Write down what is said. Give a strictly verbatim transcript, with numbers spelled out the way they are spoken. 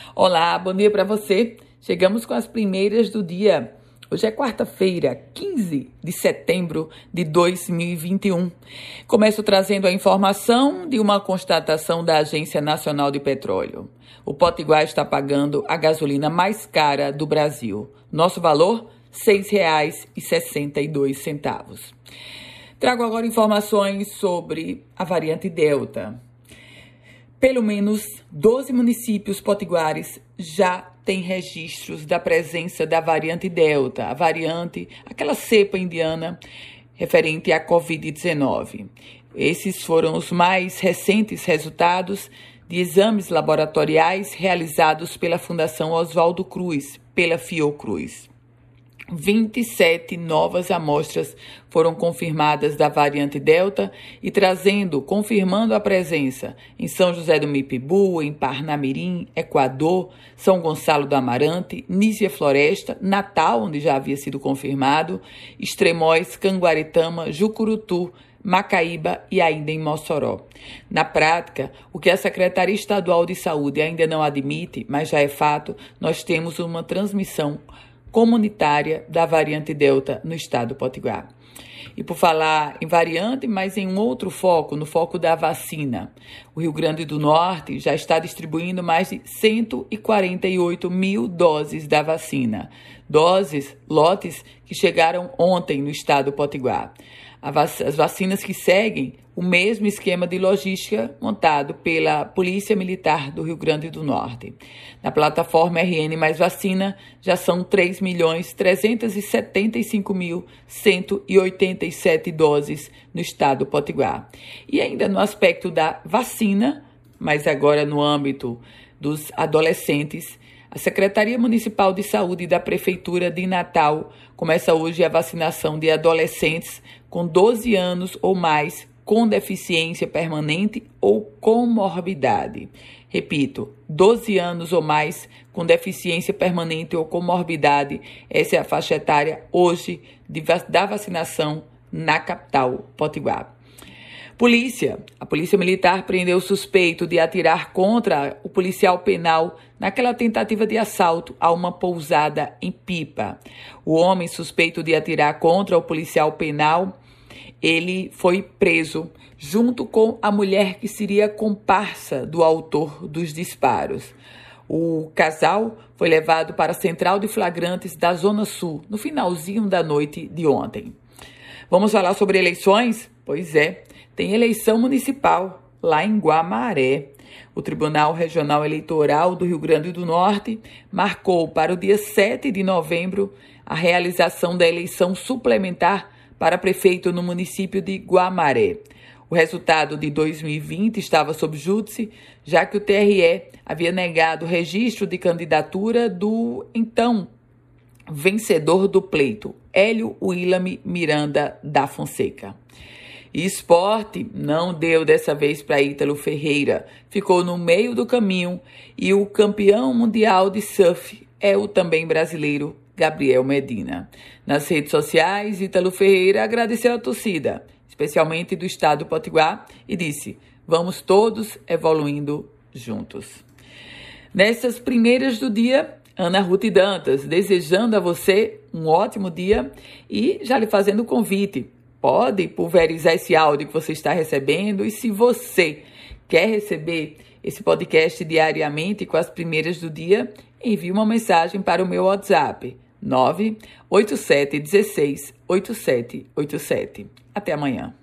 Olá, bom dia para você. Chegamos com as primeiras do dia. Hoje é quarta-feira, quinze de setembro de dois mil e vinte e um. Começo trazendo a informação de uma constatação da Agência Nacional de Petróleo. O Potiguar está pagando a gasolina mais cara do Brasil. Nosso valor, seis reais e sessenta e dois centavos. Trago agora informações sobre a variante Delta. Pelo menos doze municípios potiguares já têm registros da presença da variante Delta, a variante, aquela cepa indiana referente à covid dezenove. Esses foram os mais recentes resultados de exames laboratoriais realizados pela Fundação Oswaldo Cruz, pela Fiocruz. vinte e sete novas amostras foram confirmadas da variante Delta e trazendo, confirmando a presença em São José do Mipibu, em Parnamirim, Equador, São Gonçalo do Amarante, Nísia Floresta, Natal, onde já havia sido confirmado, Extremóis, Canguaritama, Jucurutu, Macaíba e ainda em Mossoró. Na prática, o que a Secretaria Estadual de Saúde ainda não admite, mas já é fato, nós temos uma transmissão comunitária da variante Delta no estado do Potiguar. E por falar em variante, mas em um outro foco, no foco da vacina. O Rio Grande do Norte já está distribuindo mais de cento e quarenta e oito mil doses da vacina. Doses, lotes que chegaram ontem no estado do Potiguar. As vacinas que seguem o mesmo esquema de logística montado pela Polícia Militar do Rio Grande do Norte. Na plataforma R N Mais Vacina, já são três milhões trezentos e setenta e cinco mil cento e oitenta e sete doses no estado do Potiguar. E ainda no aspecto da vacina, mas agora no âmbito dos adolescentes, a Secretaria Municipal de Saúde da Prefeitura de Natal começa hoje a vacinação de adolescentes com doze anos ou mais com deficiência permanente ou comorbidade. Repito, doze anos ou mais com deficiência permanente ou comorbidade. Essa é a faixa etária hoje de, da vacinação na capital Potiguar. Polícia. A Polícia Militar prendeu o suspeito de atirar contra o policial penal naquela tentativa de assalto a uma pousada em Pipa. O homem suspeito de atirar contra o policial penal, ele foi preso junto com a mulher que seria comparsa do autor dos disparos. O casal foi levado para a Central de Flagrantes da Zona Sul no finalzinho da noite de ontem. Vamos falar sobre eleições? Pois é, tem eleição municipal lá em Guamaré. O Tribunal Regional Eleitoral do Rio Grande do Norte marcou para o dia sete de novembro a realização da eleição suplementar para prefeito no município de Guamaré. O resultado de dois mil e vinte estava sob júdice, já que o T R E havia negado o registro de candidatura do então vencedor do pleito, Hélio Willame Miranda da Fonseca. E esporte não deu dessa vez para Ítalo Ferreira, ficou no meio do caminho e o campeão mundial de surf é o também brasileiro Gabriel Medina. Nas redes sociais, Ítalo Ferreira agradeceu a torcida, especialmente do estado do Potiguar, e disse: vamos todos evoluindo juntos. Nessas primeiras do dia, Ana Ruth Dantas, desejando a você um ótimo dia e já lhe fazendo o convite. Pode pulverizar esse áudio que você está recebendo e se você quer receber esse podcast diariamente com as primeiras do dia, envie uma mensagem para o meu WhatsApp nove oito sete um seis oito sete oito sete. Até amanhã.